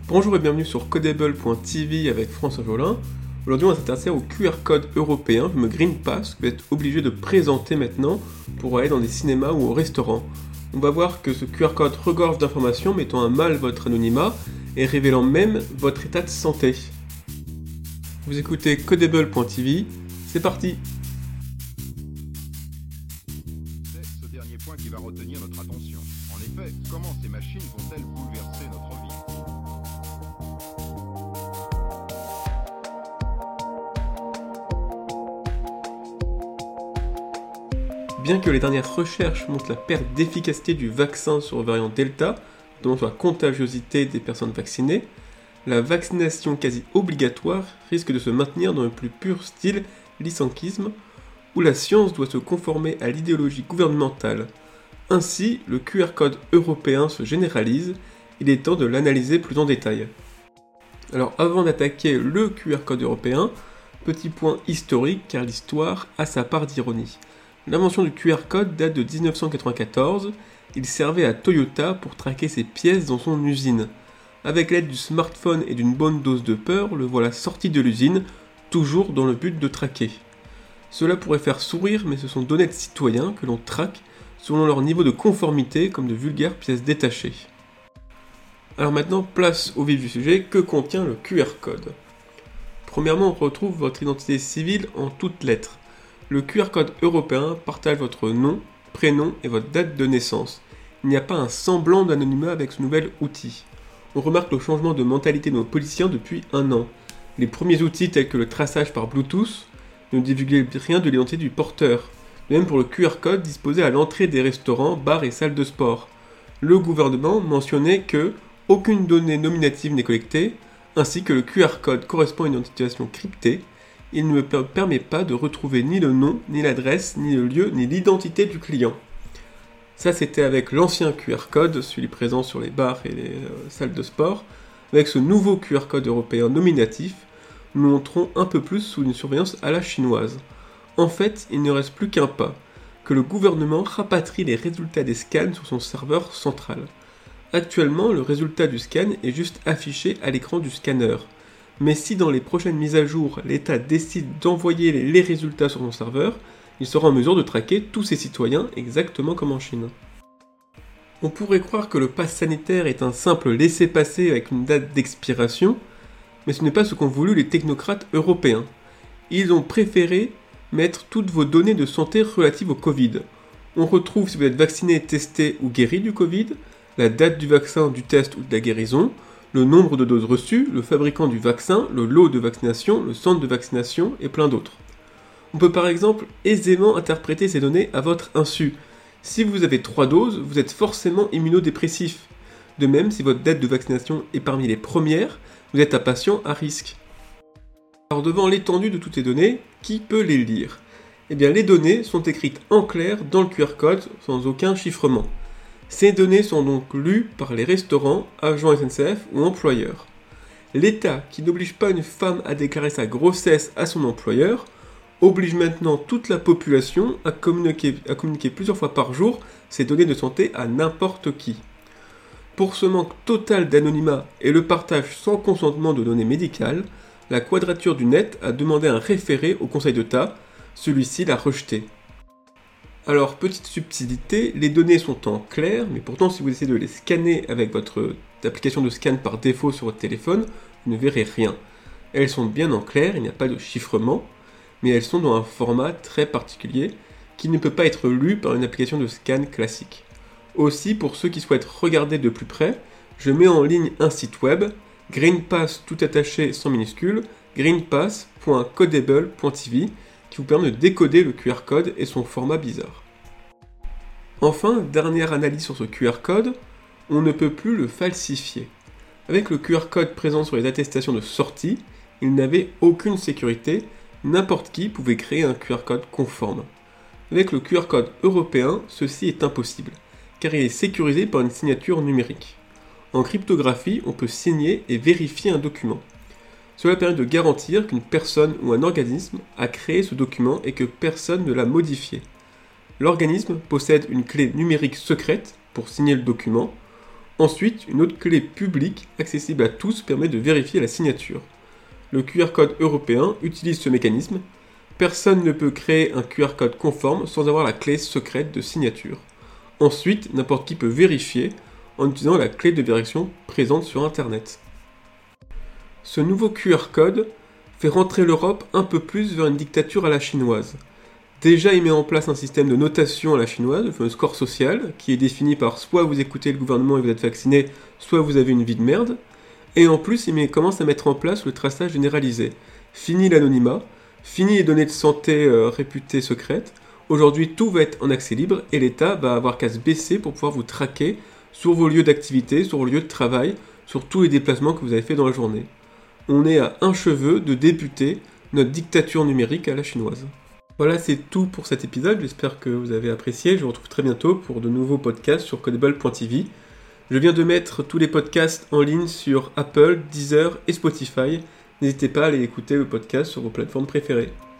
Bonjour et bienvenue sur Codable.tv avec François Jolin. Aujourd'hui on va s'intéresser au QR code européen, le Green Pass, que vous êtes obligé de présenter maintenant pour aller dans des cinémas ou au restaurant. On va voir que ce QR code regorge d'informations mettant à mal votre anonymat et révélant même votre état de santé. Vous écoutez Codable.tv, c'est parti. C'est ce dernier point qui va retenir notre attention. En effet, comment ces machines vont-elles bouleverser notre vie ? Bien que les dernières recherches montrent la perte d'efficacité du vaccin sur le variant Delta, notamment sur la contagiosité des personnes vaccinées, la vaccination quasi obligatoire risque de se maintenir dans le plus pur style lycankisme, où la science doit se conformer à l'idéologie gouvernementale. Ainsi, le QR code européen se généralise, il est temps de l'analyser plus en détail. Alors avant d'attaquer le QR code européen, petit point historique car l'histoire a sa part d'ironie. L'invention du QR code date de 1994, il servait à Toyota pour traquer ses pièces dans son usine. Avec l'aide du smartphone et d'une bonne dose de peur, le voilà sorti de l'usine, toujours dans le but de traquer. Cela pourrait faire sourire, mais ce sont d'honnêtes citoyens que l'on traque selon leur niveau de conformité comme de vulgaires pièces détachées. Alors maintenant, place au vif du sujet, que contient le QR code ? Premièrement, on retrouve votre identité civile en toutes lettres. Le QR code européen partage votre nom, prénom et votre date de naissance. Il n'y a pas un semblant d'anonymat avec ce nouvel outil. On remarque le changement de mentalité de nos policiers depuis 1 an. Les premiers outils tels que le traçage par Bluetooth ne divulguaient rien de l'identité du porteur. De même pour le QR code disposé à l'entrée des restaurants, bars et salles de sport. Le gouvernement mentionnait que aucune donnée nominative n'est collectée, ainsi que le QR code correspond à une identification cryptée. Il ne me permet pas de retrouver ni le nom, ni l'adresse, ni le lieu, ni l'identité du client. Ça, c'était avec l'ancien QR code, celui présent sur les bars et les salles de sport. Avec ce nouveau QR code européen nominatif, nous montrons un peu plus sous une surveillance à la chinoise. En fait, il ne reste plus qu'un pas, que le gouvernement rapatrie les résultats des scans sur son serveur central. Actuellement, le résultat du scan est juste affiché à l'écran du scanner. Mais si dans les prochaines mises à jour, l'État décide d'envoyer les résultats sur son serveur, il sera en mesure de traquer tous ses citoyens exactement comme en Chine. On pourrait croire que le pass sanitaire est un simple laissez-passer avec une date d'expiration, mais ce n'est pas ce qu'ont voulu les technocrates européens. Ils ont préféré mettre toutes vos données de santé relatives au Covid. On retrouve si vous êtes vacciné, testé ou guéri du Covid, la date du vaccin, du test ou de la guérison, le nombre de doses reçues, le fabricant du vaccin, le lot de vaccination, le centre de vaccination et plein d'autres. On peut par exemple aisément interpréter ces données à votre insu. Si vous avez 3 doses, vous êtes forcément immunodépressif. De même, si votre date de vaccination est parmi les premières, vous êtes un patient à risque. Alors devant l'étendue de toutes ces données, qui peut les lire ? Eh bien les données sont écrites en clair dans le QR code sans aucun chiffrement. Ces données sont donc lues par les restaurants, agents SNCF ou employeurs. L'État, qui n'oblige pas une femme à déclarer sa grossesse à son employeur, oblige maintenant toute la population à communiquer plusieurs fois par jour ces données de santé à n'importe qui. Pour ce manque total d'anonymat et le partage sans consentement de données médicales, la Quadrature du Net a demandé un référé au Conseil d'État, celui-ci l'a rejeté. Alors, petite subtilité, les données sont en clair, mais pourtant si vous essayez de les scanner avec votre application de scan par défaut sur votre téléphone, vous ne verrez rien. Elles sont bien en clair, il n'y a pas de chiffrement, mais elles sont dans un format très particulier qui ne peut pas être lu par une application de scan classique. Aussi, pour ceux qui souhaitent regarder de plus près, je mets en ligne un site web, greenpass tout attaché sans minuscule, greenpass.codable.tv, qui vous permet de décoder le QR code et son format bizarre. Enfin, dernière analyse sur ce QR code, on ne peut plus le falsifier. Avec le QR code présent sur les attestations de sortie, il n'avait aucune sécurité, n'importe qui pouvait créer un QR code conforme. Avec le QR code européen, ceci est impossible, car il est sécurisé par une signature numérique. En cryptographie, on peut signer et vérifier un document. Cela permet de garantir qu'une personne ou un organisme a créé ce document et que personne ne l'a modifié. L'organisme possède une clé numérique secrète pour signer le document. Ensuite, une autre clé publique, accessible à tous, permet de vérifier la signature. Le QR code européen utilise ce mécanisme. Personne ne peut créer un QR code conforme sans avoir la clé secrète de signature. Ensuite, n'importe qui peut vérifier en utilisant la clé de vérification présente sur Internet. Ce nouveau QR code fait rentrer l'Europe un peu plus vers une dictature à la chinoise. Déjà, il met en place un système de notation à la chinoise, le fameux score social, qui est défini par soit vous écoutez le gouvernement et vous êtes vacciné, soit vous avez une vie de merde. Et en plus, il commence à mettre en place le traçage généralisé. Fini l'anonymat, fini les données de santé réputées secrètes. Aujourd'hui, tout va être en accès libre et l'État va avoir qu'à se baisser pour pouvoir vous traquer sur vos lieux d'activité, sur vos lieux de travail, sur tous les déplacements que vous avez fait dans la journée. On est à un cheveu de débuter notre dictature numérique à la chinoise. Voilà, c'est tout pour cet épisode. J'espère que vous avez apprécié. Je vous retrouve très bientôt pour de nouveaux podcasts sur Codable.tv. Je viens de mettre tous les podcasts en ligne sur Apple, Deezer et Spotify. N'hésitez pas à aller écouter le podcast sur vos plateformes préférées.